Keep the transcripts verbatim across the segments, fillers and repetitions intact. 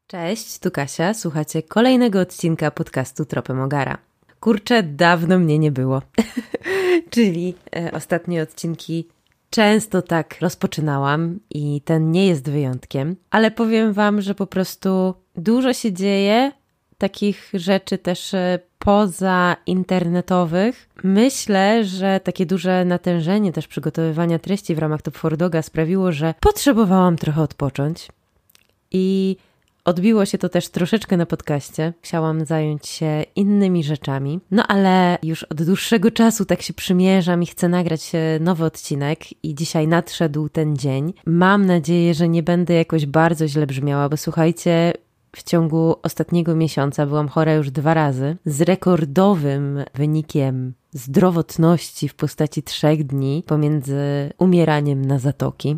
Cześć, tu Kasia, słuchacie kolejnego odcinka podcastu Tropem Ogara. Kurczę, dawno mnie nie było, czyli e, ostatnie odcinki często tak rozpoczynałam i ten nie jest wyjątkiem, ale powiem wam, że po prostu dużo się dzieje, takich rzeczy też e, poza internetowych. Myślę, że takie duże natężenie też przygotowywania treści w ramach Top cztery Doga sprawiło, że potrzebowałam trochę odpocząć i odbiło się to też troszeczkę na podcaście. Chciałam zająć się innymi rzeczami. No ale już od dłuższego czasu tak się przymierzam i chcę nagrać nowy odcinek i dzisiaj nadszedł ten dzień. Mam nadzieję, że nie będę jakoś bardzo źle brzmiała, bo słuchajcie, w ciągu ostatniego miesiąca byłam chora już dwa razy z rekordowym wynikiem zdrowotności w postaci trzech dni pomiędzy umieraniem na zatoki.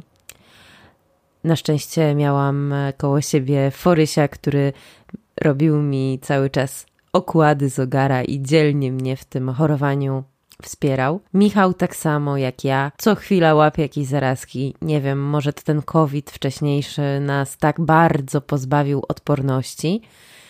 Na szczęście miałam koło siebie Forysia, który robił mi cały czas okłady z ogara i dzielnie mnie w tym chorowaniu wspierał. Michał tak samo jak ja, co chwila łapie jakieś zarazki. Nie wiem, może to ten COVID wcześniejszy nas tak bardzo pozbawił odporności,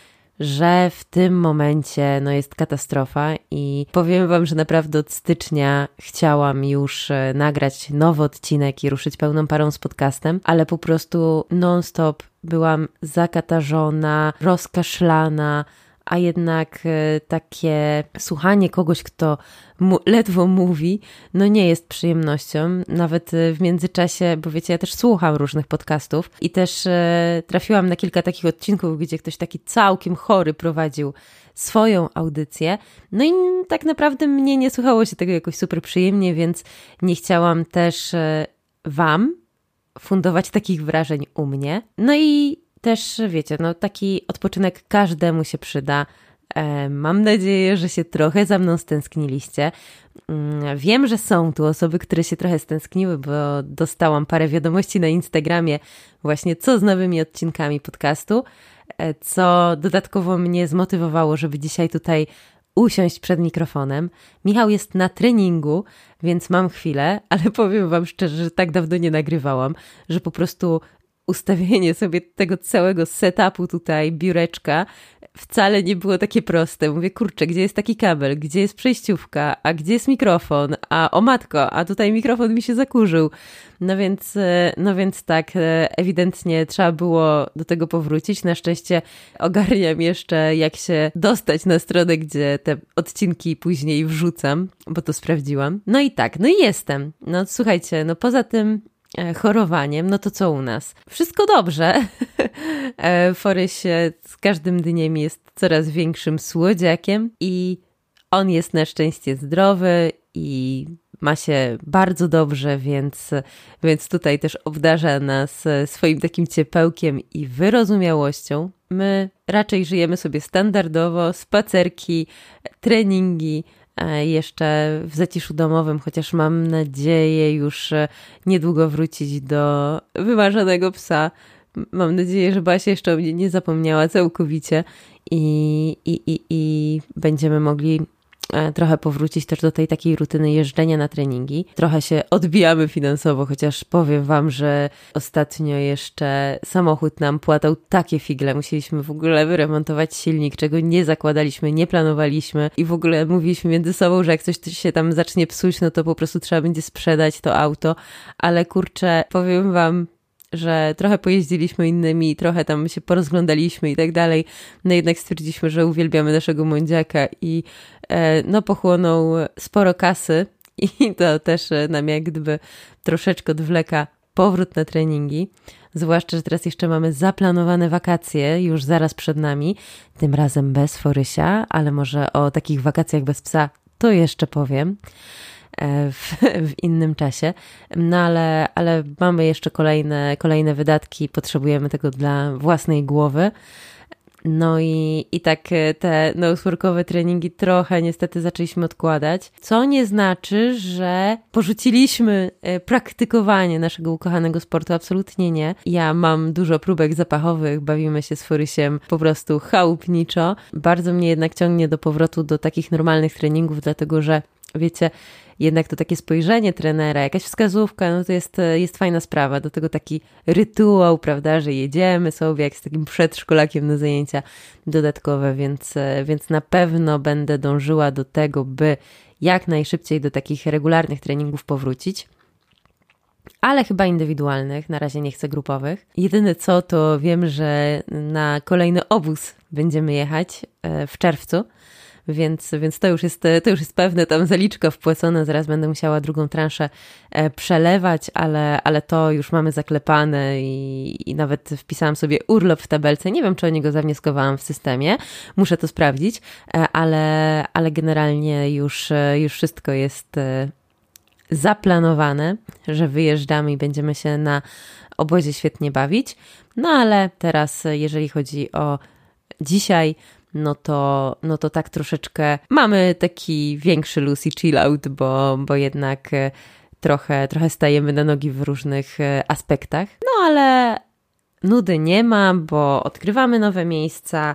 że w tym momencie no jest katastrofa i powiem wam, że naprawdę od stycznia chciałam już nagrać nowy odcinek i ruszyć pełną parą z podcastem, ale po prostu non-stop byłam zakatarzona, rozkaszlana, a jednak takie słuchanie kogoś, kto mu ledwo mówi, no nie jest przyjemnością. Nawet w międzyczasie, bo wiecie, ja też słucham różnych podcastów i też e, trafiłam na kilka takich odcinków, gdzie ktoś taki całkiem chory prowadził swoją audycję. No i tak naprawdę mnie nie słuchało się tego jakoś super przyjemnie, więc nie chciałam też e, wam fundować takich wrażeń u mnie. No i też, wiecie, no taki odpoczynek każdemu się przyda. E, mam nadzieję, że się trochę za mną stęskniliście. Mm, wiem, że są tu osoby, które się trochę stęskniły, bo dostałam parę wiadomości na Instagramie właśnie co z nowymi odcinkami podcastu, e, co dodatkowo mnie zmotywowało, żeby dzisiaj tutaj usiąść przed mikrofonem. Michał jest na treningu, więc mam chwilę, ale powiem wam szczerze, że tak dawno nie nagrywałam, że po prostu ustawienie sobie tego całego setupu tutaj, biureczka, wcale nie było takie proste. Mówię, kurczę, gdzie jest taki kabel, gdzie jest przejściówka, a gdzie jest mikrofon, a o matko, a tutaj mikrofon mi się zakurzył. No więc, no więc tak, ewidentnie trzeba było do tego powrócić. Na szczęście ogarniam jeszcze, jak się dostać na stronę, gdzie te odcinki później wrzucam, bo to sprawdziłam. No i tak, no i jestem. No słuchajcie, no poza tym chorowaniem, no to co u nas? Wszystko dobrze. Foryś z każdym dniem jest coraz większym słodziakiem i on jest na szczęście zdrowy i ma się bardzo dobrze, więc, więc tutaj też obdarza nas swoim takim ciepełkiem i wyrozumiałością. My raczej żyjemy sobie standardowo, spacerki, treningi, jeszcze w zaciszu domowym, chociaż mam nadzieję już niedługo wrócić do wymarzonego psa. Mam nadzieję, że Basia jeszcze o mnie nie zapomniała całkowicie i, i, i, i będziemy mogli trochę powrócić też do tej takiej rutyny jeżdżenia na treningi. Trochę się odbijamy finansowo, chociaż powiem wam, że ostatnio jeszcze samochód nam płatał takie figle. Musieliśmy w ogóle wyremontować silnik, czego nie zakładaliśmy, nie planowaliśmy i w ogóle mówiliśmy między sobą, że jak coś się tam zacznie psuć, no to po prostu trzeba będzie sprzedać to auto, ale kurczę, powiem wam, że trochę pojeździliśmy innymi, trochę tam się porozglądaliśmy i tak dalej, no jednak stwierdziliśmy, że uwielbiamy naszego mądziaka i e, no pochłonął sporo kasy i to też nam jak gdyby troszeczkę odwleka powrót na treningi, zwłaszcza, że teraz jeszcze mamy zaplanowane wakacje już zaraz przed nami, tym razem bez Forysia, ale może o takich wakacjach bez psa to jeszcze powiem. W, w innym czasie, no ale, ale mamy jeszcze kolejne, kolejne wydatki, potrzebujemy tego dla własnej głowy. No i, i tak te noseworkowe treningi trochę niestety zaczęliśmy odkładać, co nie znaczy, że porzuciliśmy praktykowanie naszego ukochanego sportu, absolutnie nie. Ja mam dużo próbek zapachowych, bawimy się z Forysiem po prostu chałupniczo. Bardzo mnie jednak ciągnie do powrotu do takich normalnych treningów, dlatego że wiecie, jednak to takie spojrzenie trenera, jakaś wskazówka, no to jest, jest fajna sprawa. Do tego taki rytuał, prawda, że jedziemy sobie jak z takim przedszkolakiem na zajęcia dodatkowe, więc, więc na pewno będę dążyła do tego, by jak najszybciej do takich regularnych treningów powrócić. Ale chyba indywidualnych, na razie nie chcę grupowych. Jedyne co, to wiem, że na kolejny obóz będziemy jechać w czerwcu, więc, więc to już jest, to już jest pewne, tam zaliczka wpłacona, zaraz będę musiała drugą transzę przelewać, ale, ale to już mamy zaklepane i, i nawet wpisałam sobie urlop w tabelce. Nie wiem, czy o niego zawnioskowałam w systemie, muszę to sprawdzić, ale, ale generalnie już, już wszystko jest zaplanowane, że wyjeżdżamy i będziemy się na obozie świetnie bawić. No ale teraz, jeżeli chodzi o dzisiaj, no to, no to tak troszeczkę mamy taki większy luz i chill out, bo, bo jednak trochę, trochę stajemy na nogi w różnych aspektach. No ale nudy nie ma, bo odkrywamy nowe miejsca,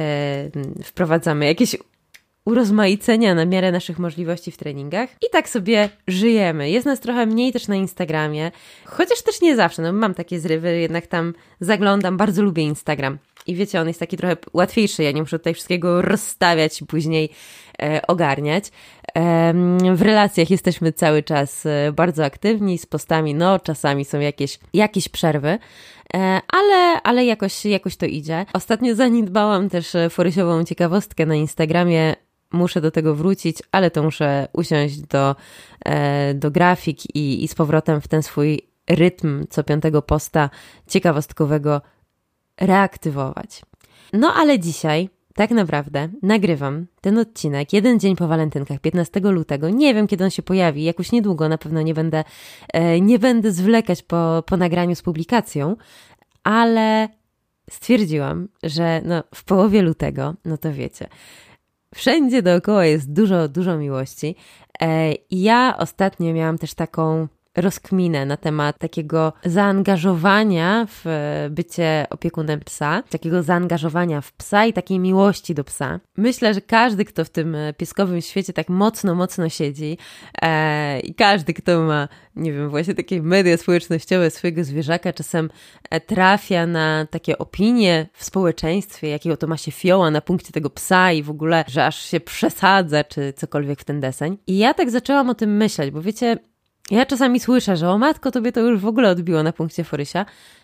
yy, wprowadzamy jakieś urozmaicenia na miarę naszych możliwości w treningach i tak sobie żyjemy. Jest nas trochę mniej też na Instagramie, chociaż też nie zawsze, no mam takie zrywy, jednak tam zaglądam, bardzo lubię Instagram i wiecie, on jest taki trochę łatwiejszy, ja nie muszę tutaj wszystkiego rozstawiać i później e, ogarniać. E, w relacjach jesteśmy cały czas e, bardzo aktywni, z postami, no czasami są jakieś, jakieś przerwy, e, ale, ale jakoś, jakoś to idzie. Ostatnio zaniedbałam też forysiową ciekawostkę na Instagramie. Muszę do tego wrócić, ale to muszę usiąść do, e, do grafik i, i z powrotem w ten swój rytm co piątego posta ciekawostkowego reaktywować. No ale dzisiaj tak naprawdę nagrywam ten odcinek jeden dzień po walentynkach, piętnastego lutego. Nie wiem, kiedy on się pojawi, jakoś niedługo, na pewno nie będę, e, nie będę zwlekać po, po nagraniu z publikacją, ale stwierdziłam, że no, w połowie lutego, no to wiecie, wszędzie dookoła jest dużo, dużo miłości. I ja ostatnio miałam też taką rozkminę na temat takiego zaangażowania w bycie opiekunem psa, takiego zaangażowania w psa i takiej miłości do psa. Myślę, że każdy, kto w tym pieskowym świecie tak mocno, mocno siedzi e, i każdy, kto ma, nie wiem, właśnie takie media społecznościowe swojego zwierzaka, czasem trafia na takie opinie w społeczeństwie, jakiego to ma się fioła na punkcie tego psa i w ogóle, że aż się przesadza, czy cokolwiek w ten deseń. I ja tak zaczęłam o tym myśleć, bo wiecie, ja czasami słyszę, że o matko, tobie to już w ogóle odbiło na punkcie Forysia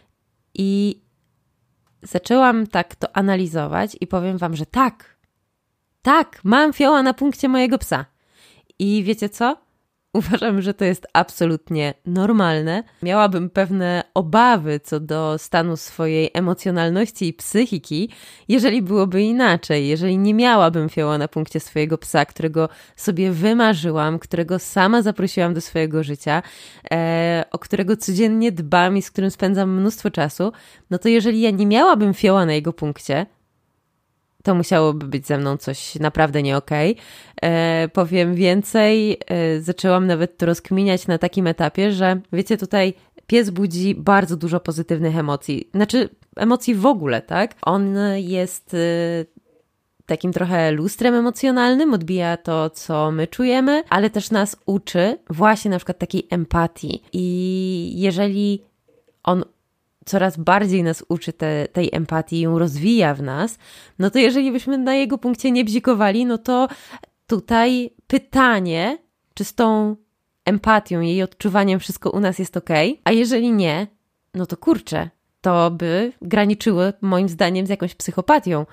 i zaczęłam tak to analizować i powiem wam, że tak, tak, mam fioła na punkcie mojego psa. I wiecie co? Uważam, że to jest absolutnie normalne. Miałabym pewne obawy co do stanu swojej emocjonalności i psychiki, jeżeli byłoby inaczej, jeżeli nie miałabym fioła na punkcie swojego psa, którego sobie wymarzyłam, którego sama zaprosiłam do swojego życia, e, o którego codziennie dbam i z którym spędzam mnóstwo czasu, no to jeżeli ja nie miałabym fioła na jego punkcie, to musiałoby być ze mną coś naprawdę nie okej. E, powiem więcej, e, zaczęłam nawet to rozkminiać na takim etapie, że wiecie, tutaj pies budzi bardzo dużo pozytywnych emocji. Znaczy emocji w ogóle, tak? On jest e, takim trochę lustrem emocjonalnym, odbija to, co my czujemy, ale też nas uczy właśnie na przykład takiej empatii. I jeżeli on coraz bardziej nas uczy te, tej empatii, ją rozwija w nas, no to jeżeli byśmy na jego punkcie nie bzikowali, no to tutaj pytanie, czy z tą empatią, jej odczuwaniem wszystko u nas jest okej, a jeżeli nie, no to kurczę, to by graniczyło moim zdaniem z jakąś psychopatią.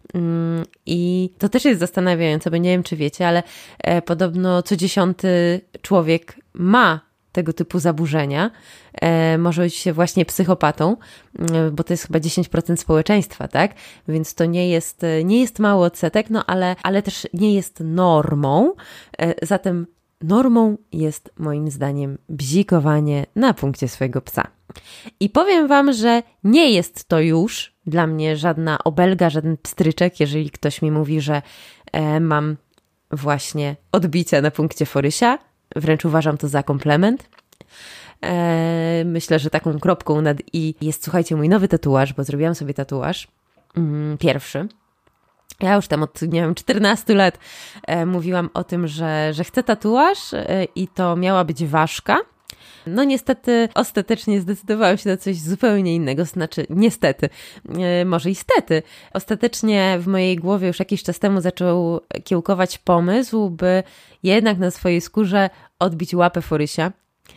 I to też jest zastanawiające, bo nie wiem, czy wiecie, ale podobno co dziesiąty człowiek ma tego typu zaburzenia, e, może być właśnie psychopatą, e, bo to jest chyba dziesięć procent społeczeństwa, tak? Więc to nie jest, nie jest mały odsetek, no ale, ale też nie jest normą. E, zatem normą jest moim zdaniem bzikowanie na punkcie swojego psa. I powiem wam, że nie jest to już dla mnie żadna obelga, żaden pstryczek, jeżeli ktoś mi mówi, że e, mam właśnie odbicia na punkcie Forysia. Wręcz uważam to za komplement. Eee, myślę, że taką kropką nad i jest, słuchajcie, mój nowy tatuaż, bo zrobiłam sobie tatuaż. Mm, pierwszy. Ja już tam od, nie wiem, czternastu lat e, mówiłam o tym, że, że chcę tatuaż e, i to miała być ważka. No niestety ostatecznie zdecydowałam się na coś zupełnie innego, znaczy niestety, e, może i stety. Ostatecznie w mojej głowie już jakiś czas temu zaczął kiełkować pomysł, by jednak na swojej skórze odbić łapę Forysia.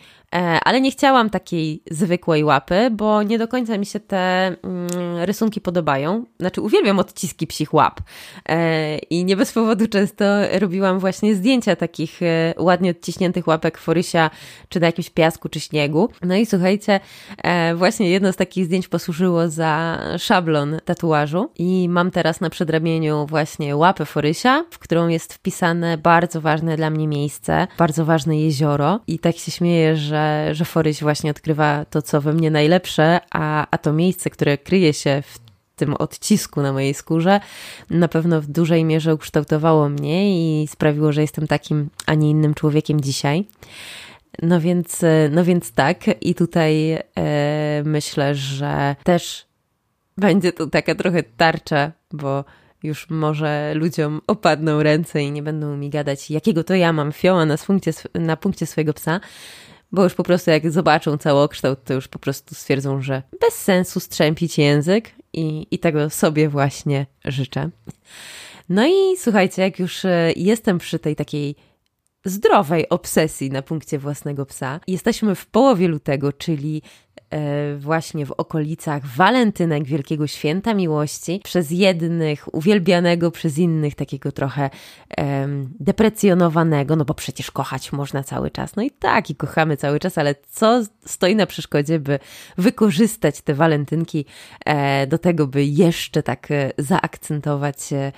Ale nie chciałam takiej zwykłej łapy, bo nie do końca mi się te mm, rysunki podobają. Znaczy uwielbiam odciski psich łap e, i nie bez powodu często robiłam właśnie zdjęcia takich e, ładnie odciśniętych łapek Forysia, czy na jakimś piasku, czy śniegu. No i słuchajcie, e, właśnie jedno z takich zdjęć posłużyło za szablon tatuażu i mam teraz na przedramieniu właśnie łapę Forysia, w którą jest wpisane bardzo ważne dla mnie miejsce, bardzo ważne jezioro i tak się śmieję, że Że, że Foryś właśnie odkrywa to, co we mnie najlepsze, a, a to miejsce, które kryje się w tym odcisku na mojej skórze, na pewno w dużej mierze ukształtowało mnie i sprawiło, że jestem takim, a nie innym człowiekiem dzisiaj. No więc, no więc tak, i tutaj e, myślę, że też będzie to taka trochę tarcza, bo już może ludziom opadną ręce i nie będą mi gadać, jakiego to ja mam fioła na punkcie, na punkcie swojego psa, bo już po prostu jak zobaczą całokształt, to już po prostu stwierdzą, że bez sensu strzępić język i, i tego sobie właśnie życzę. No i słuchajcie, jak już jestem przy tej takiej zdrowej obsesji na punkcie własnego psa, jesteśmy w połowie lutego, czyli właśnie w okolicach walentynek, Wielkiego Święta Miłości, przez jednych uwielbianego, przez innych takiego trochę um, deprecjonowanego, no bo przecież kochać można cały czas. No i tak, i kochamy cały czas, ale co stoi na przeszkodzie, by wykorzystać te walentynki e, do tego, by jeszcze tak e, zaakcentować e,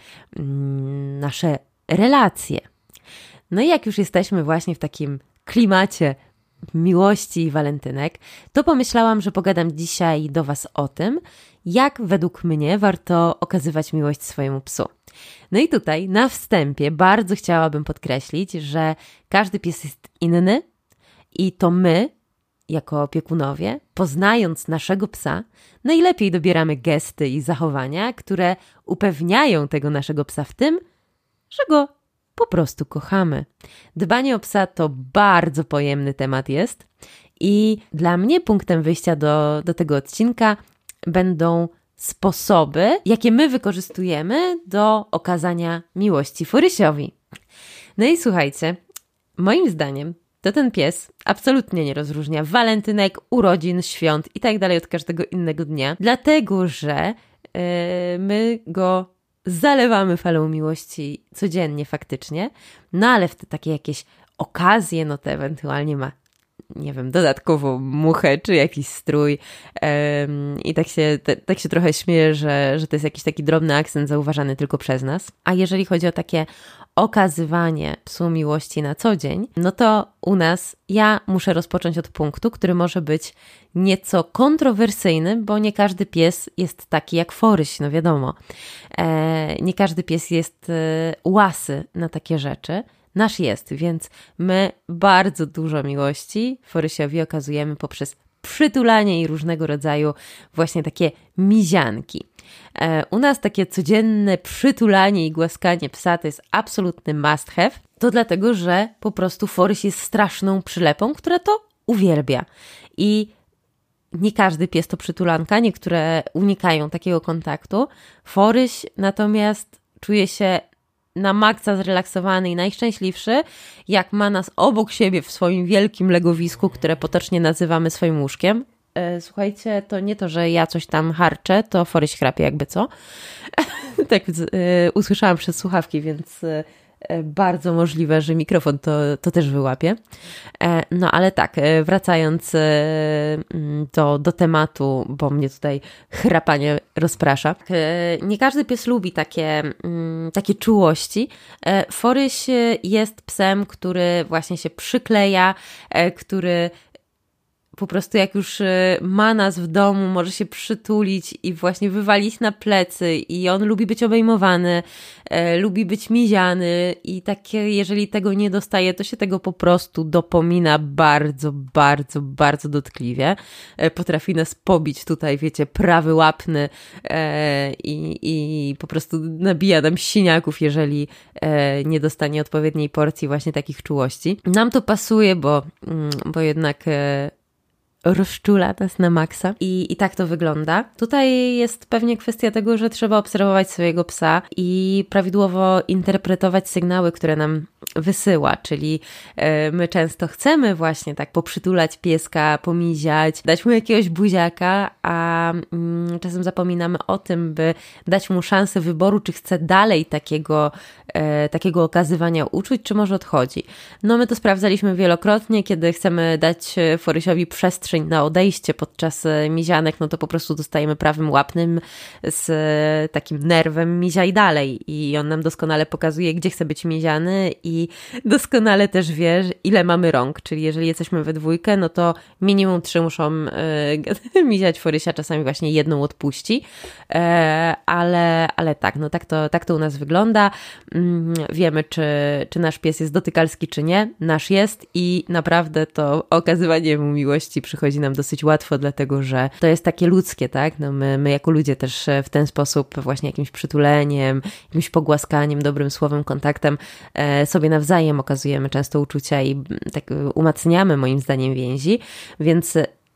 m, nasze relacje. No i jak już jesteśmy właśnie w takim klimacie miłości i walentynek, to pomyślałam, że pogadam dzisiaj do Was o tym, jak według mnie warto okazywać miłość swojemu psu. No i tutaj na wstępie bardzo chciałabym podkreślić, że każdy pies jest inny i to my, jako opiekunowie, poznając naszego psa, najlepiej dobieramy gesty i zachowania, które upewniają tego naszego psa w tym, że go po prostu kochamy. Dbanie o psa to bardzo pojemny temat jest i dla mnie punktem wyjścia do, do tego odcinka będą sposoby, jakie my wykorzystujemy do okazania miłości Forysiowi. No i słuchajcie, moim zdaniem to ten pies absolutnie nie rozróżnia walentynek, urodzin, świąt i tak dalej od każdego innego dnia, dlatego że yy, my go zalewamy falą miłości codziennie faktycznie, no ale w te takie jakieś okazje, no to ewentualnie ma, nie wiem, dodatkowo muchę czy jakiś strój um, i tak się, te, tak się trochę śmieję, że, że to jest jakiś taki drobny akcent zauważany tylko przez nas. A jeżeli chodzi o takie okazywanie psu miłości na co dzień, no to u nas ja muszę rozpocząć od punktu, który może być nieco kontrowersyjny, bo nie każdy pies jest taki jak Foryś, no wiadomo. E, nie każdy pies jest e, łasy na takie rzeczy. Nasz jest, więc my bardzo dużo miłości Forysiowi okazujemy poprzez przytulanie i różnego rodzaju właśnie takie mizianki. E, u nas takie codzienne przytulanie i głaskanie psa to jest absolutny must have. To dlatego, że po prostu Foryś jest straszną przylepą, która to uwielbia. I nie każdy pies to przytulanka, niektóre unikają takiego kontaktu. Foryś natomiast czuje się na maksa zrelaksowany i najszczęśliwszy, jak ma nas obok siebie w swoim wielkim legowisku, które potocznie nazywamy swoim łóżkiem. E, słuchajcie, to nie to, że ja coś tam harczę, to Foryś chrapie jakby co. tak e, usłyszałam przez słuchawki, więc e, bardzo możliwe, że mikrofon to, to też wyłapie. E, no ale tak, e, wracając e, do, do tematu, bo mnie tutaj chrapanie rozprasza. E, nie każdy pies lubi takie, m, takie czułości. E, Foryś jest psem, który właśnie się przykleja, e, który po prostu jak już ma nas w domu, może się przytulić i właśnie wywalić na plecy i on lubi być obejmowany, e, lubi być miziany i takie, jeżeli tego nie dostaje, to się tego po prostu dopomina bardzo, bardzo, bardzo dotkliwie. E, potrafi nas pobić tutaj, wiecie, prawy łapny e, i, i po prostu nabija nam siniaków, jeżeli e, nie dostanie odpowiedniej porcji właśnie takich czułości. Nam to pasuje, bo, bo jednak e, rozczula nas na maksa I, i tak to wygląda. Tutaj jest pewnie kwestia tego, że trzeba obserwować swojego psa i prawidłowo interpretować sygnały, które nam wysyła, czyli e, my często chcemy właśnie tak poprzytulać pieska, pomiziać, dać mu jakiegoś buziaka, a mm, czasem zapominamy o tym, by dać mu szansę wyboru, czy chce dalej takiego, e, takiego okazywania uczuć, czy może odchodzi. No my to sprawdzaliśmy wielokrotnie, kiedy chcemy dać Forysiowi przestrzeń na odejście podczas mizianek, no to po prostu dostajemy prawym łapnym z takim nerwem miziaj dalej i on nam doskonale pokazuje, gdzie chce być miziany i doskonale też wie, ile mamy rąk, czyli jeżeli jesteśmy we dwójkę, no to minimum trzy muszą yy, miziać Forysia, czasami właśnie jedną odpuści, yy, ale, ale tak, no tak to, tak to u nas wygląda. Yy, wiemy, czy, czy nasz pies jest dotykalski, czy nie. Nasz jest i naprawdę to okazywanie mu miłości przychodzi nam dosyć łatwo, dlatego że to jest takie ludzkie, tak? No my, my jako ludzie też w ten sposób właśnie jakimś przytuleniem, jakimś pogłaskaniem, dobrym słowem, kontaktem e, sobie nawzajem okazujemy często uczucia i tak umacniamy moim zdaniem więzi, więc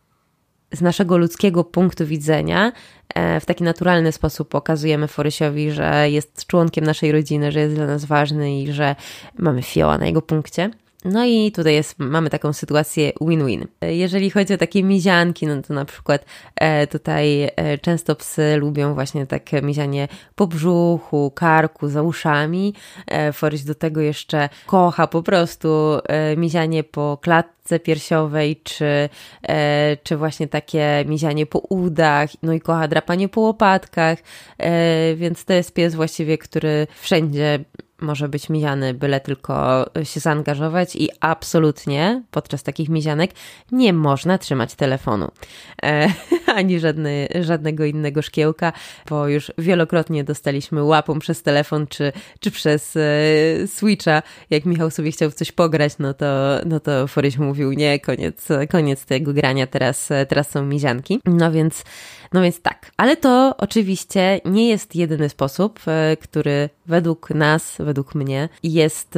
z naszego ludzkiego punktu widzenia e, w taki naturalny sposób pokazujemy Forysiowi, że jest członkiem naszej rodziny, że jest dla nas ważny i że mamy fioła na jego punkcie. No i tutaj jest, mamy taką sytuację win-win. Jeżeli chodzi o takie mizianki, no to na przykład e, tutaj e, często psy lubią właśnie takie mizianie po brzuchu, karku, za uszami. E, Foryś do tego jeszcze kocha po prostu e, mizianie po klatce piersiowej, czy, e, czy właśnie takie mizianie po udach, no i kocha drapanie po łopatkach, e, więc to jest pies właściwie, który wszędzie może być miziany, byle tylko się zaangażować i absolutnie podczas takich mizianek nie można trzymać telefonu e, ani żadny, żadnego innego szkiełka, bo już wielokrotnie dostaliśmy łapą przez telefon czy, czy przez e, switcha. Jak Michał sobie chciał w coś pograć, no to, no to Foryś mówił nie, koniec, koniec tego grania, teraz, teraz są mizianki. No więc, no więc tak. Ale to oczywiście nie jest jedyny sposób, e, który według nas, według mnie jest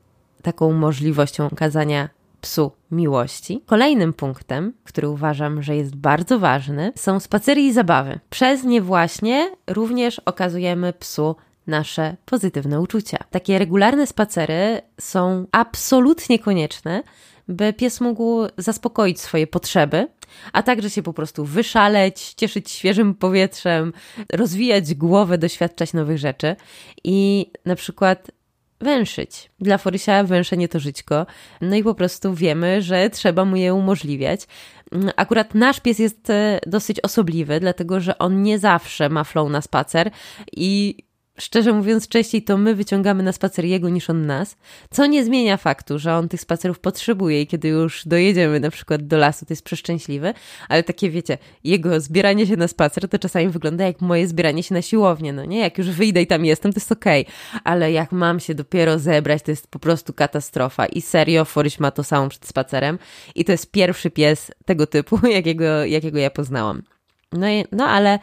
taką możliwością okazania psu miłości. Kolejnym punktem, który uważam, że jest bardzo ważny, są spacery i zabawy. Przez nie właśnie również okazujemy psu nasze pozytywne uczucia. Takie regularne spacery są absolutnie konieczne, by pies mógł zaspokoić swoje potrzeby, a także się po prostu wyszaleć, cieszyć świeżym powietrzem, rozwijać głowę, doświadczać nowych rzeczy i na przykład węszyć. Dla Forysia węszenie to żyćko, no i po prostu wiemy, że trzeba mu je umożliwiać. Akurat nasz pies jest dosyć osobliwy, dlatego że on nie zawsze ma flow na spacer i szczerze mówiąc, częściej to my wyciągamy na spacer jego niż on nas, co nie zmienia faktu, że on tych spacerów potrzebuje i kiedy już dojedziemy na przykład do lasu, to jest przeszczęśliwy, ale takie wiecie, jego zbieranie się na spacer to czasami wygląda jak moje zbieranie się na siłownię, no nie? Jak już wyjdę i tam jestem, to jest okej, okay. Ale jak mam się dopiero zebrać, to jest po prostu katastrofa i serio, Foryś ma to samo przed spacerem i to jest pierwszy pies tego typu, jakiego, jakiego ja poznałam. No, i, no ale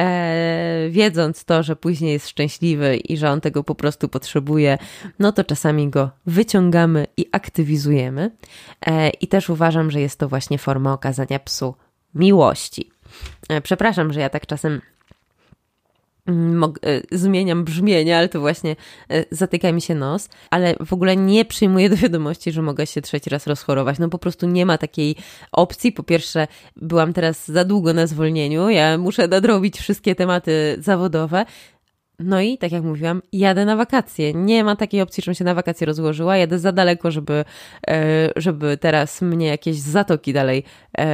e, wiedząc to, że później jest szczęśliwy i że on tego po prostu potrzebuje, no to czasami go wyciągamy i aktywizujemy. E, I też uważam, że jest to właśnie forma okazania psu miłości. E, przepraszam, że ja tak czasem zmieniam brzmienie, ale to właśnie zatyka mi się nos, ale w ogóle nie przyjmuję do wiadomości, że mogę się trzeci raz rozchorować. No po prostu nie ma takiej opcji. Po pierwsze, byłam teraz za długo na zwolnieniu, ja muszę nadrobić wszystkie tematy zawodowe, No i tak jak mówiłam, jadę na wakacje. Nie ma takiej opcji, żebym się na wakacje rozłożyła. Jadę za daleko, żeby, żeby teraz mnie jakieś zatoki dalej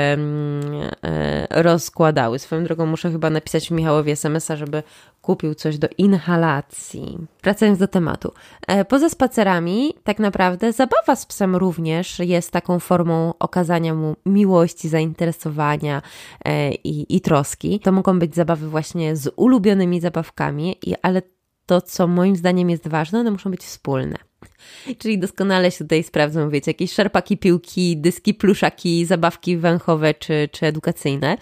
rozkładały. Swoją drogą muszę chyba napisać Michałowi es em es a, żeby kupił coś do inhalacji. Wracając do tematu. Poza spacerami, tak naprawdę zabawa z psem również jest taką formą okazania mu miłości, zainteresowania i, i troski. To mogą być zabawy właśnie z ulubionymi zabawkami, ale to, co moim zdaniem jest ważne, one muszą być wspólne. Czyli doskonale się tutaj sprawdzą, wiecie, jakieś szarpaki, piłki, dyski, pluszaki, zabawki węchowe czy, czy edukacyjne.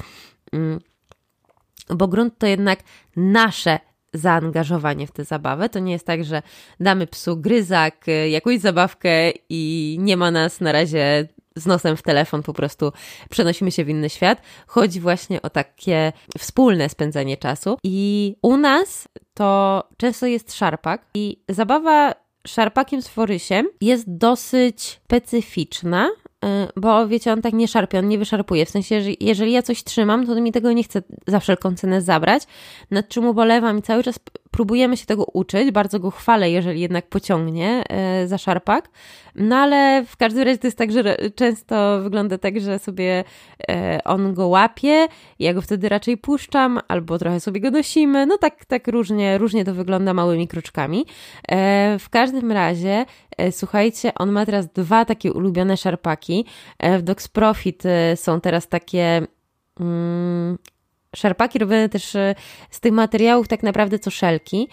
Bo grunt to jednak nasze zaangażowanie w tę zabawę. To nie jest tak, że damy psu gryzak, jakąś zabawkę i nie ma nas na razie z nosem w telefon, po prostu przenosimy się w inny świat. Chodzi właśnie o takie wspólne spędzanie czasu i u nas to często jest szarpak i zabawa szarpakiem z Forysiem jest dosyć specyficzna, bo wiecie, on tak nie szarpie, on nie wyszarpuje. W sensie, że jeżeli ja coś trzymam, to mi tego nie chce za wszelką cenę zabrać, nad czym ubolewam i cały czas próbujemy się tego uczyć. Bardzo go chwalę, jeżeli jednak pociągnie za szarpak. No ale w każdym razie to jest tak, że często wygląda tak, że sobie on go łapie, ja go wtedy raczej puszczam, albo trochę sobie go nosimy. No tak, tak różnie, różnie to wygląda małymi kroczkami. W każdym razie, słuchajcie, on ma teraz dwa takie ulubione szarpaki. W Dogs Profit są teraz takie mm, szarpaki robione też z tych materiałów tak naprawdę co szelki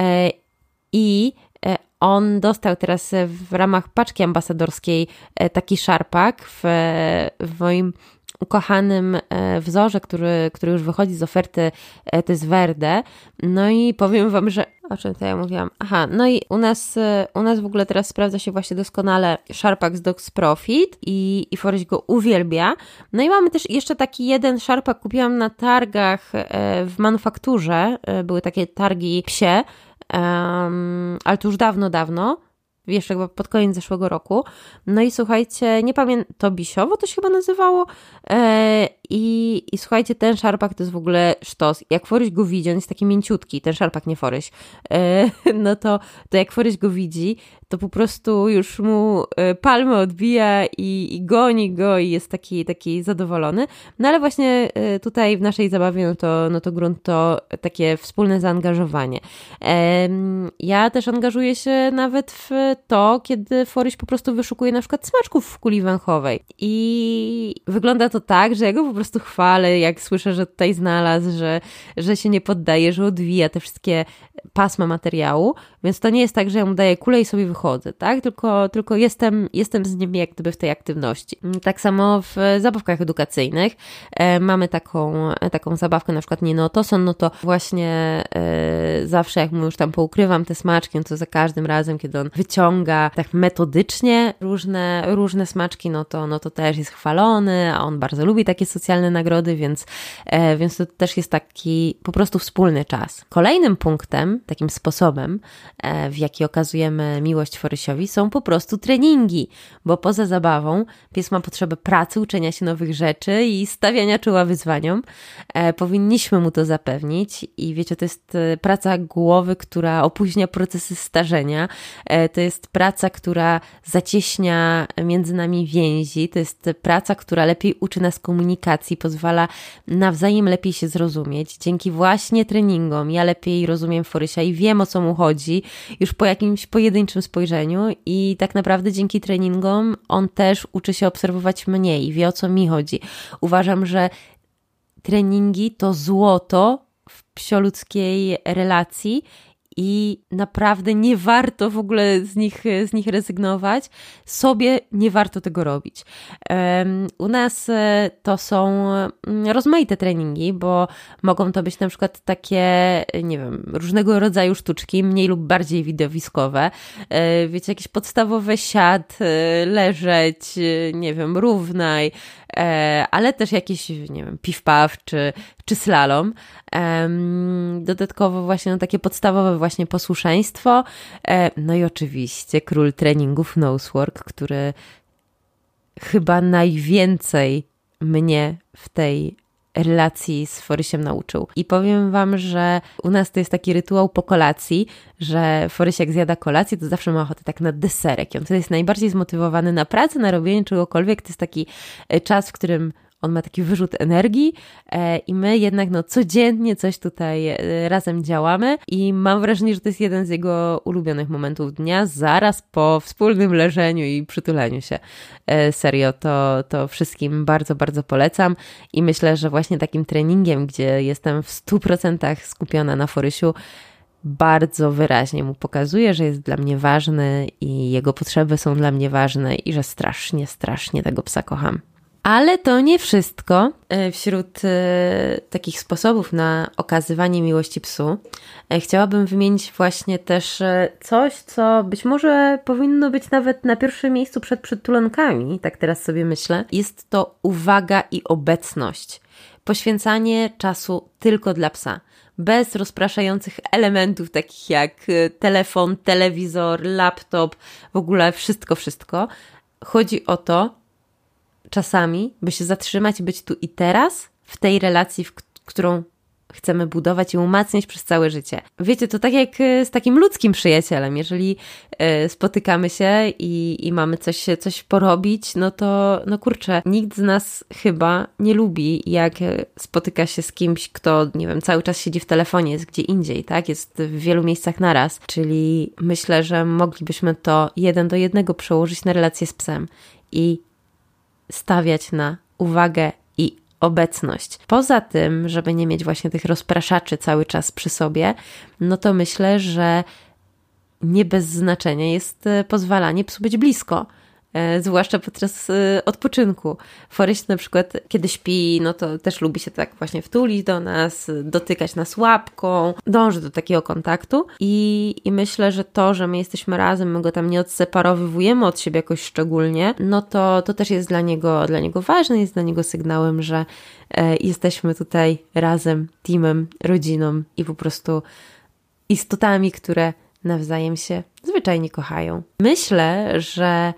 i on dostał teraz w ramach paczki ambasadorskiej taki szarpak w, w moim ukochanym wzorze, który, który już wychodzi z oferty, to jest Verde. No i powiem Wam, że... O czym to ja mówiłam? Aha, no i u nas, u nas w ogóle teraz sprawdza się właśnie doskonale szarpak z Dogs Profit i, i Forys go uwielbia. No i mamy też jeszcze taki jeden szarpak, kupiłam na targach w manufakturze, były takie targi psie, um, ale to już dawno, dawno. Jeszcze chyba pod koniec zeszłego roku. No i słuchajcie, nie pamiętam, to Bisiowo to się chyba nazywało e, i, i słuchajcie, ten szarpak to jest w ogóle sztos. Jak Forys go widzi, on jest taki mięciutki, ten szarpak, nie Forys, e, no to, to jak Forys go widzi, to po prostu już mu palmę odbija i, i goni go i jest taki, taki zadowolony. No ale właśnie tutaj w naszej zabawie, no to, no to grunt to takie wspólne zaangażowanie. E, ja też angażuję się nawet w to, kiedy Forys po prostu wyszukuje na przykład smaczków w kuli węchowej. I wygląda to tak, że ja go po prostu chwalę, jak słyszę, że tutaj znalazł, że, że się nie poddaje, że odwija te wszystkie pasma materiału, więc to nie jest tak, że ja mu daję kulę i sobie wychodzę, tak? Tylko, tylko jestem, jestem z nim jak gdyby w tej aktywności. Tak samo w zabawkach edukacyjnych e, mamy taką, taką zabawkę, na przykład nie no to są, no to właśnie e, zawsze jak mu już tam poukrywam te smaczki, no to za każdym razem, kiedy on wyciąga tak metodycznie różne, różne smaczki, no to, no to też jest chwalony, a on bardzo lubi takie socjalne nagrody, więc, e, więc to też jest taki po prostu wspólny czas. Kolejnym punktem, takim sposobem, e, w jaki okazujemy miłość Forysiowi, są po prostu treningi, bo poza zabawą pies ma potrzebę pracy, uczenia się nowych rzeczy i stawiania czoła wyzwaniom. E, powinniśmy mu to zapewnić i wiecie, to jest praca głowy, która opóźnia procesy starzenia, e, to jest praca, która zacieśnia między nami więzi, to jest praca, która lepiej uczy nas komunikacji, pozwala nawzajem lepiej się zrozumieć. Dzięki właśnie treningom ja lepiej rozumiem Forysia i wiem, o co mu chodzi już po jakimś pojedynczym spojrzeniu i tak naprawdę dzięki treningom on też uczy się obserwować mnie i wie, o co mi chodzi. Uważam, że treningi to złoto w psioludzkiej relacji i naprawdę nie warto w ogóle z nich, z nich rezygnować. Sobie nie warto tego robić. Um, u nas to są rozmaite treningi, bo mogą to być na przykład takie, nie wiem, różnego rodzaju sztuczki, mniej lub bardziej widowiskowe. E, wiecie, jakieś podstawowe siad, leżeć, nie wiem, równaj, e, ale też jakieś, nie wiem, piw-paw czy, czy slalom. E, dodatkowo właśnie no, takie podstawowe właśnie posłuszeństwo, no i oczywiście król treningów Nosework, który chyba najwięcej mnie w tej relacji z Forysiem nauczył. I powiem Wam, że u nas to jest taki rytuał po kolacji, że Forys jak zjada kolację, to zawsze ma ochotę tak na deserek. I on wtedy jest najbardziej zmotywowany na pracę, na robienie czegokolwiek. To jest taki czas, w którym on ma taki wyrzut energii e, i my jednak no codziennie coś tutaj e, razem działamy i mam wrażenie, że to jest jeden z jego ulubionych momentów dnia, zaraz po wspólnym leżeniu i przytuleniu się. E, serio, to, to wszystkim bardzo, bardzo polecam i myślę, że właśnie takim treningiem, gdzie jestem w stu procentach skupiona na Forysiu, bardzo wyraźnie mu pokazuje, że jest dla mnie ważny i jego potrzeby są dla mnie ważne i że strasznie, strasznie tego psa kocham. Ale to nie wszystko. Wśród e, takich sposobów na okazywanie miłości psu e, chciałabym wymienić właśnie też e, coś, co być może powinno być nawet na pierwszym miejscu przed przytulankami, tak teraz sobie myślę. Jest to uwaga i obecność. Poświęcanie czasu tylko dla psa. Bez rozpraszających elementów takich jak telefon, telewizor, laptop, w ogóle wszystko, wszystko. Chodzi o to, czasami, by się zatrzymać, być tu i teraz, w tej relacji, w k- którą chcemy budować i umacniać przez całe życie. Wiecie, to tak jak z takim ludzkim przyjacielem. Jeżeli y, spotykamy się i, i mamy coś, coś porobić, no to, no kurczę, nikt z nas chyba nie lubi, jak spotyka się z kimś, kto, nie wiem, cały czas siedzi w telefonie, jest gdzie indziej, tak? Jest w wielu miejscach naraz. Czyli myślę, że moglibyśmy to jeden do jednego przełożyć na relację z psem i stawiać na uwagę i obecność. Poza tym, żeby nie mieć właśnie tych rozpraszaczy cały czas przy sobie, no to myślę, że nie bez znaczenia jest pozwalanie psu być blisko. Zwłaszcza podczas odpoczynku. Forys na przykład, kiedy śpi, no to też lubi się tak właśnie wtulić do nas, dotykać nas łapką, dąży do takiego kontaktu i, i myślę, że to, że my jesteśmy razem, my go tam nie odseparowywujemy od siebie jakoś szczególnie, no to, to też jest dla niego, dla niego ważne, jest dla niego sygnałem, że e, jesteśmy tutaj razem, teamem, rodziną i po prostu istotami, które nawzajem się zwyczajnie kochają. Myślę, że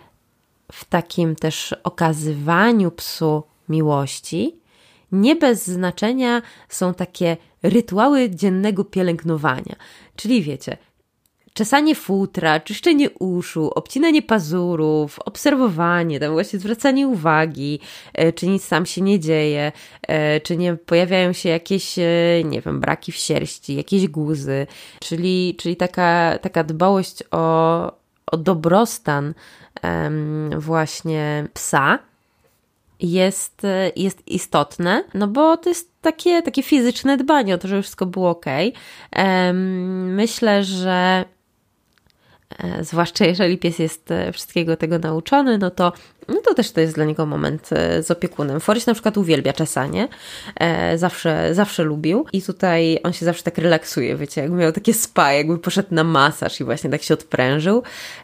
w takim też okazywaniu psu miłości nie bez znaczenia są takie rytuały dziennego pielęgnowania. Czyli wiecie, czesanie futra, czyszczenie uszu, obcinanie pazurów, obserwowanie, tam właśnie zwracanie uwagi, czy nic tam się nie dzieje, czy nie pojawiają się jakieś, nie wiem, braki w sierści, jakieś guzy, czyli, czyli taka, taka dbałość o, o dobrostan właśnie psa jest, jest istotne, no bo to jest takie, takie fizyczne dbanie o to, żeby wszystko było okej. Myślę, że zwłaszcza jeżeli pies jest wszystkiego tego nauczony, no to, no to też to jest dla niego moment z opiekunem. Forys na przykład uwielbia czesanie, zawsze, zawsze lubił i tutaj on się zawsze tak relaksuje, wiecie, jakby miał takie spa, jakby poszedł na masaż i właśnie tak się odprężył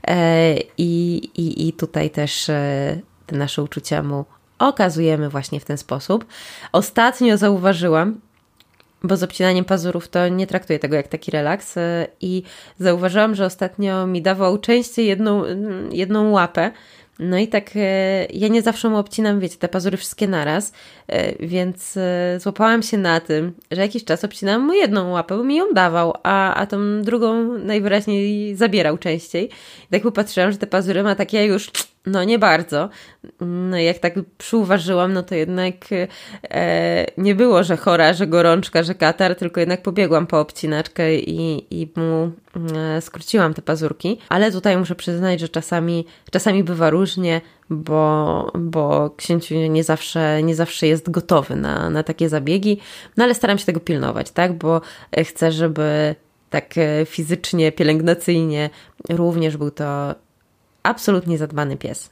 i, i, i tutaj też te nasze uczucia mu okazujemy właśnie w ten sposób. Ostatnio zauważyłam, bo z obcinaniem pazurów to nie traktuję tego jak taki relaks i zauważyłam, że ostatnio mi dawał częściej jedną, jedną łapę. No i tak ja nie zawsze mu obcinam, wiecie, te pazury wszystkie naraz, więc złapałam się na tym, że jakiś czas obcinałam mu jedną łapę, bo mi ją dawał, a, a tą drugą najwyraźniej zabierał częściej. I tak popatrzyłam, że te pazury ma takie już, no nie bardzo. No i jak tak przyuważyłam, no to jednak e, nie było, że chora, że gorączka, że katar, tylko jednak pobiegłam po obcinaczkę i, i mu e, skróciłam te pazurki. Ale tutaj muszę przyznać, że czasami, czasami bywa różnie, bo, bo księciu nie zawsze, nie zawsze jest gotowy na, na takie zabiegi. No ale staram się tego pilnować, tak? Bo chcę, żeby tak fizycznie, pielęgnacyjnie również był to absolutnie zadbany pies.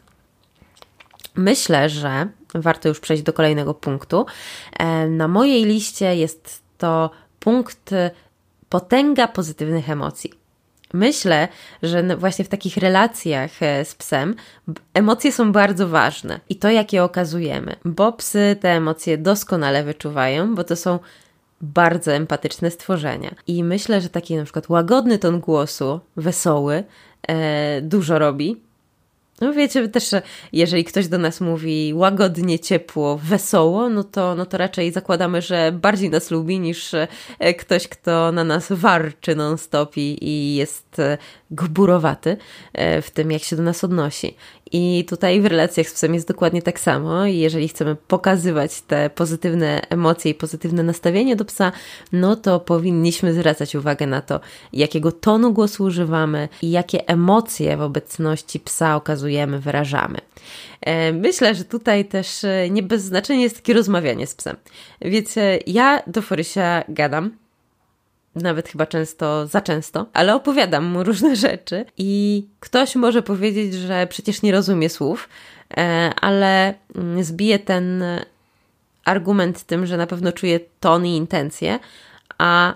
Myślę, że warto już przejść do kolejnego punktu. Na mojej liście jest to punkt potęga pozytywnych emocji. Myślę, że właśnie w takich relacjach z psem emocje są bardzo ważne i to, jak je okazujemy, bo psy te emocje doskonale wyczuwają, bo to są bardzo empatyczne stworzenia. I myślę, że taki na przykład łagodny ton głosu, wesoły, e, dużo robi. No wiecie też, że jeżeli ktoś do nas mówi łagodnie, ciepło, wesoło, no to, no to raczej zakładamy, że bardziej nas lubi niż ktoś, kto na nas warczy non-stop i, i jest gburowaty w tym, jak się do nas odnosi. I tutaj w relacjach z psem jest dokładnie tak samo. I jeżeli chcemy pokazywać te pozytywne emocje i pozytywne nastawienie do psa, no to powinniśmy zwracać uwagę na to, jakiego tonu głosu używamy i jakie emocje w obecności psa okazujemy, wyrażamy. Myślę, że tutaj też nie bez znaczenia jest takie rozmawianie z psem. Wiecie, ja do Forysia gadam, nawet chyba często, za często, ale opowiadam mu różne rzeczy i ktoś może powiedzieć, że przecież nie rozumie słów, ale zbije ten argument tym, że na pewno czuje ton i intencje, a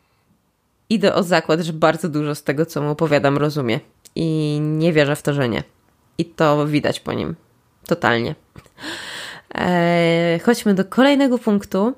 idę o zakład, że bardzo dużo z tego, co mu opowiadam, rozumie i nie wierzę w to, że nie. I to widać po nim. Totalnie. Eee, chodźmy do kolejnego punktu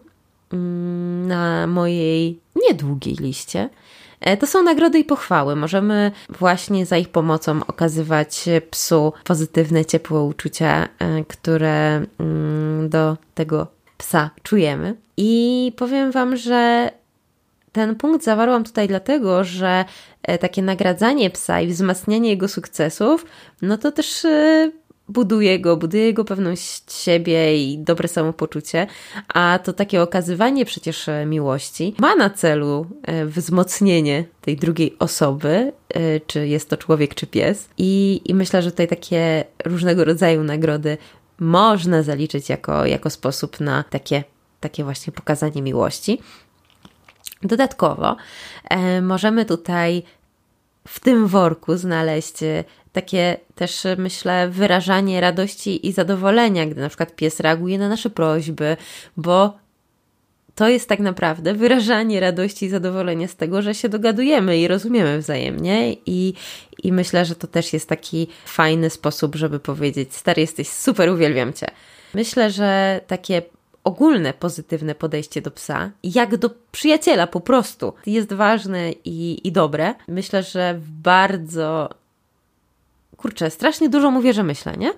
na mojej niedługiej liście. To są nagrody i pochwały. Możemy właśnie za ich pomocą okazywać psu pozytywne, ciepłe uczucia, które do tego psa czujemy. I powiem Wam, że ten punkt zawarłam tutaj dlatego, że takie nagradzanie psa i wzmacnianie jego sukcesów, no to też buduje go, buduje jego pewność siebie i dobre samopoczucie, a to takie okazywanie przecież miłości ma na celu wzmocnienie tej drugiej osoby, czy jest to człowiek, czy pies. I, i myślę, że tutaj takie różnego rodzaju nagrody można zaliczyć jako, jako sposób na takie, takie właśnie pokazanie miłości. Dodatkowo e, możemy tutaj w tym worku znaleźć takie też, myślę, wyrażanie radości i zadowolenia, gdy na przykład pies reaguje na nasze prośby, bo to jest tak naprawdę wyrażanie radości i zadowolenia z tego, że się dogadujemy i rozumiemy wzajemnie i, i myślę, że to też jest taki fajny sposób, żeby powiedzieć: stary, jesteś super, uwielbiam Cię. Myślę, że takie ogólne, pozytywne podejście do psa, jak do przyjaciela po prostu, jest ważne i, i dobre. Myślę, że w bardzo... Kurczę, strasznie dużo mówię, że myślę, nie?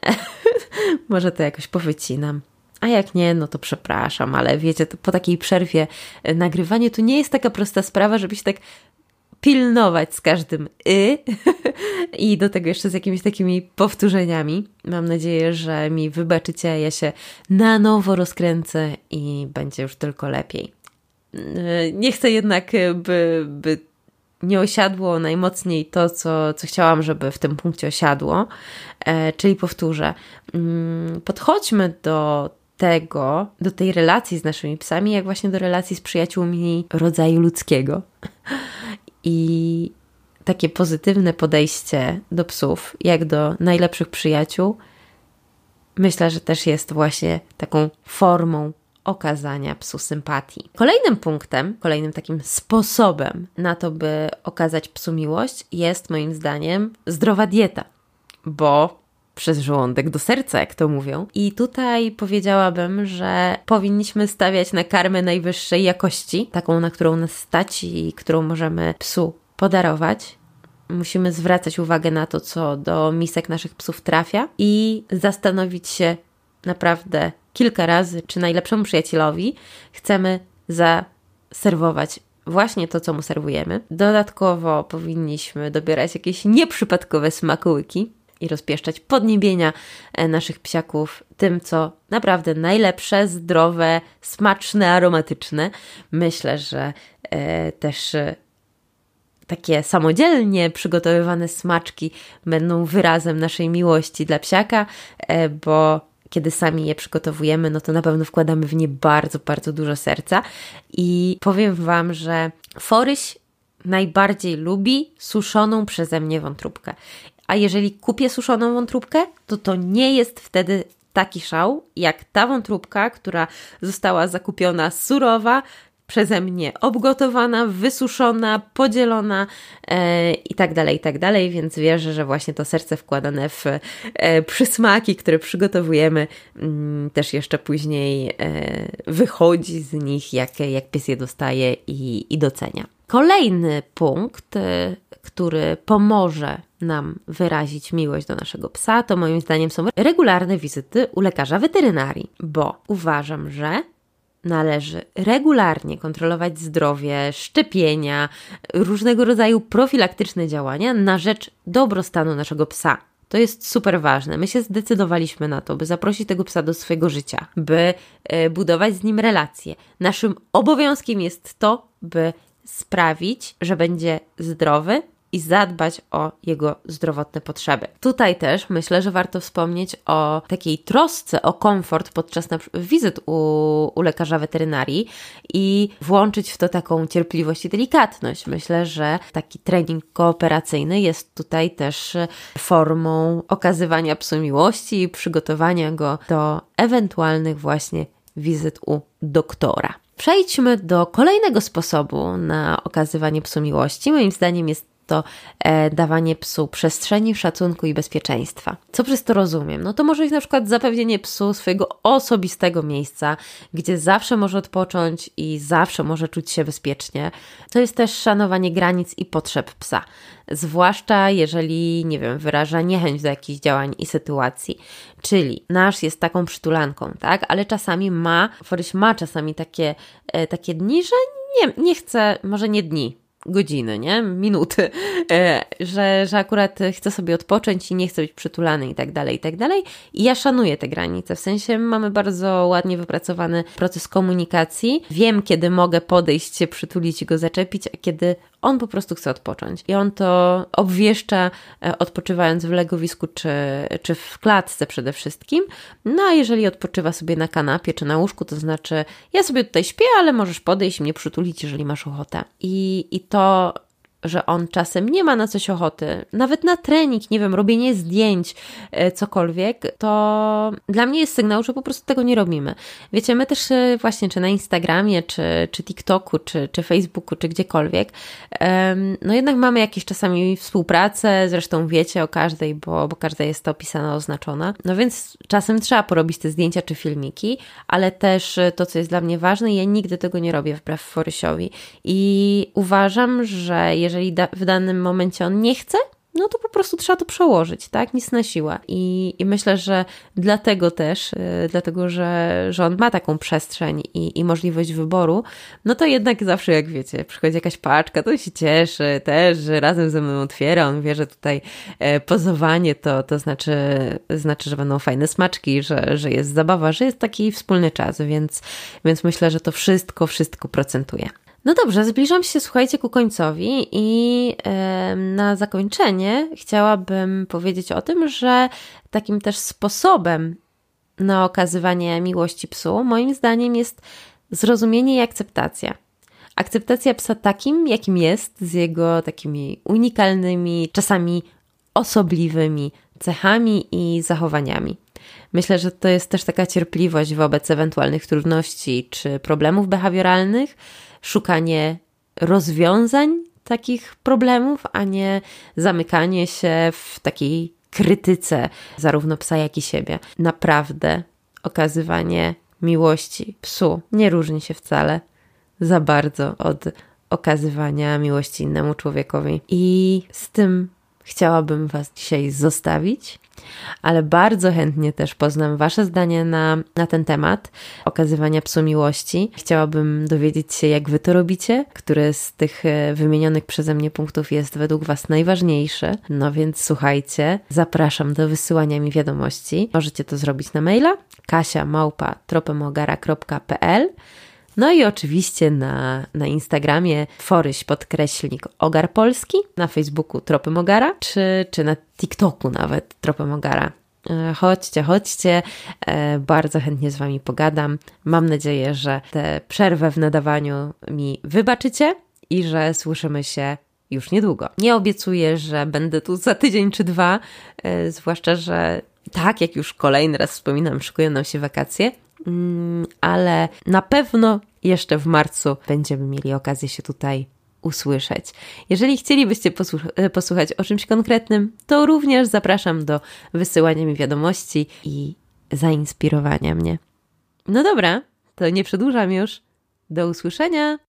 Może to jakoś powycinam. A jak nie, no to przepraszam, ale wiecie, to po takiej przerwie nagrywanie to nie jest taka prosta sprawa, żeby się tak pilnować z każdym y i do tego jeszcze z jakimiś takimi powtórzeniami. Mam nadzieję, że mi wybaczycie, ja się na nowo rozkręcę i będzie już tylko lepiej. Nie chcę jednak, by, by nie osiadło najmocniej to, co, co chciałam, żeby w tym punkcie osiadło, e, czyli powtórzę. Podchodźmy do tego, do tej relacji z naszymi psami, jak właśnie do relacji z przyjaciółmi rodzaju ludzkiego. I takie pozytywne podejście do psów, jak do najlepszych przyjaciół, myślę, że też jest właśnie taką formą okazania psu sympatii. Kolejnym punktem, kolejnym takim sposobem na to, by okazać psu miłość, jest moim zdaniem zdrowa dieta, bo przez żołądek do serca, jak to mówią. I tutaj powiedziałabym, że powinniśmy stawiać na karmę najwyższej jakości, taką, na którą nas stać i którą możemy psu podarować. Musimy zwracać uwagę na to, co do misek naszych psów trafia i zastanowić się naprawdę kilka razy, czy najlepszemu przyjacielowi chcemy zaserwować właśnie to, co mu serwujemy. Dodatkowo powinniśmy dobierać jakieś nieprzypadkowe smakołyki i rozpieszczać podniebienia naszych psiaków tym, co naprawdę najlepsze, zdrowe, smaczne, aromatyczne. Myślę, że e, też e, takie samodzielnie przygotowywane smaczki będą wyrazem naszej miłości dla psiaka, e, bo kiedy sami je przygotowujemy, no to na pewno wkładamy w nie bardzo, bardzo dużo serca. I powiem Wam, że Foryś najbardziej lubi suszoną przeze mnie wątróbkę. A jeżeli kupię suszoną wątróbkę, to to nie jest wtedy taki szał, jak ta wątróbka, która została zakupiona surowa, przeze mnie obgotowana, wysuszona, podzielona e, i tak dalej, i tak dalej, więc wierzę, że właśnie to serce wkładane w e, przysmaki, które przygotowujemy, m, też jeszcze później e, wychodzi z nich, jak, jak pies je dostaje i, i docenia. Kolejny punkt, e, który pomoże nam wyrazić miłość do naszego psa, to moim zdaniem są regularne wizyty u lekarza weterynarii, bo uważam, że należy regularnie kontrolować zdrowie, szczepienia, różnego rodzaju profilaktyczne działania na rzecz dobrostanu naszego psa. To jest super ważne. My się zdecydowaliśmy na to, by zaprosić tego psa do swojego życia, by y, budować z nim relacje. Naszym obowiązkiem jest to, by sprawić, że będzie zdrowy i zadbać o jego zdrowotne potrzeby. Tutaj też myślę, że warto wspomnieć o takiej trosce o komfort podczas na przykład wizyt u, u lekarza weterynarii i włączyć w to taką cierpliwość i delikatność. Myślę, że taki trening kooperacyjny jest tutaj też formą okazywania psu miłości i przygotowania go do ewentualnych właśnie wizyt u doktora. Przejdźmy do kolejnego sposobu na okazywanie psu miłości. Moim zdaniem jest to e, dawanie psu przestrzeni, szacunku i bezpieczeństwa. Co przez to rozumiem? No to może być na przykład zapewnienie psu swojego osobistego miejsca, gdzie zawsze może odpocząć i zawsze może czuć się bezpiecznie. To jest też szanowanie granic i potrzeb psa. Zwłaszcza jeżeli, nie wiem, wyraża niechęć do jakichś działań i sytuacji. Czyli nasz jest taką przytulanką, tak? Ale czasami ma, Foryś ma czasami takie, e, takie dni, że nie, nie chce, może nie dni, godziny, nie? Minuty, e, że, że akurat chce sobie odpocząć i nie chce być przytulany i tak dalej, i tak dalej. I ja szanuję te granice, w sensie mamy bardzo ładnie wypracowany proces komunikacji. Wiem, kiedy mogę podejść się, przytulić i go zaczepić, a kiedy on po prostu chce odpocząć. I on to obwieszcza, odpoczywając w legowisku czy, czy w klatce przede wszystkim. No a jeżeli odpoczywa sobie na kanapie czy na łóżku, to znaczy ja sobie tutaj śpię, ale możesz podejść i mnie przytulić, jeżeli masz ochotę. I, i to, że on czasem nie ma na coś ochoty, nawet na trening, nie wiem, robienie zdjęć, cokolwiek, to dla mnie jest sygnał, że po prostu tego nie robimy. Wiecie, my też właśnie, czy na Instagramie, czy, czy TikToku, czy, czy Facebooku, czy gdziekolwiek, no jednak mamy jakieś czasami współpracę, zresztą wiecie o każdej, bo, bo każda jest to opisana, oznaczona, no więc czasem trzeba porobić te zdjęcia, czy filmiki, ale też to, co jest dla mnie ważne, ja nigdy tego nie robię wbrew Forysiowi i uważam, że jeżeli da, w danym momencie on nie chce, no to po prostu trzeba to przełożyć, tak? Nic na siłę. I, i myślę, że dlatego też, yy, dlatego, że, że on ma taką przestrzeń i, i możliwość wyboru, no to jednak zawsze, jak wiecie, przychodzi jakaś paczka, to się cieszy też, że razem ze mną otwiera, on wie, że tutaj e, pozowanie to, to znaczy, znaczy, że będą fajne smaczki, że, że jest zabawa, że jest taki wspólny czas, więc, więc myślę, że to wszystko, wszystko procentuje. No dobrze, zbliżam się, słuchajcie, ku końcowi i yy, na zakończenie chciałabym powiedzieć o tym, że takim też sposobem na okazywanie miłości psu, moim zdaniem, jest zrozumienie i akceptacja. Akceptacja psa takim, jakim jest, z jego takimi unikalnymi, czasami osobliwymi cechami i zachowaniami. Myślę, że to jest też taka cierpliwość wobec ewentualnych trudności czy problemów behawioralnych, szukanie rozwiązań takich problemów, a nie zamykanie się w takiej krytyce zarówno psa, jak i siebie. Naprawdę okazywanie miłości psu nie różni się wcale za bardzo od okazywania miłości innemu człowiekowi. I z tym chciałabym Was dzisiaj zostawić, ale bardzo chętnie też poznam Wasze zdanie na, na ten temat okazywania psu miłości. Chciałabym dowiedzieć się, jak Wy to robicie, który z tych wymienionych przeze mnie punktów jest według Was najważniejszy. No więc słuchajcie, zapraszam do wysyłania mi wiadomości. Możecie to zrobić na maila kasia małpa tropemogara kropka p l. No i oczywiście na, na Instagramie Foryś podkreślnik Ogar Polski, na Facebooku Tropy Mogara, czy, czy na TikToku nawet Tropy Mogara. Chodźcie, chodźcie, bardzo chętnie z Wami pogadam. Mam nadzieję, że tę przerwę w nadawaniu mi wybaczycie i że słyszymy się już niedługo. Nie obiecuję, że będę tu za tydzień czy dwa, zwłaszcza, że tak jak już kolejny raz wspominam, szykują nam się wakacje, ale na pewno jeszcze w marcu będziemy mieli okazję się tutaj usłyszeć. Jeżeli chcielibyście posłuch- posłuchać o czymś konkretnym, to również zapraszam do wysyłania mi wiadomości i zainspirowania mnie. No dobra, to nie przedłużam już. Do usłyszenia!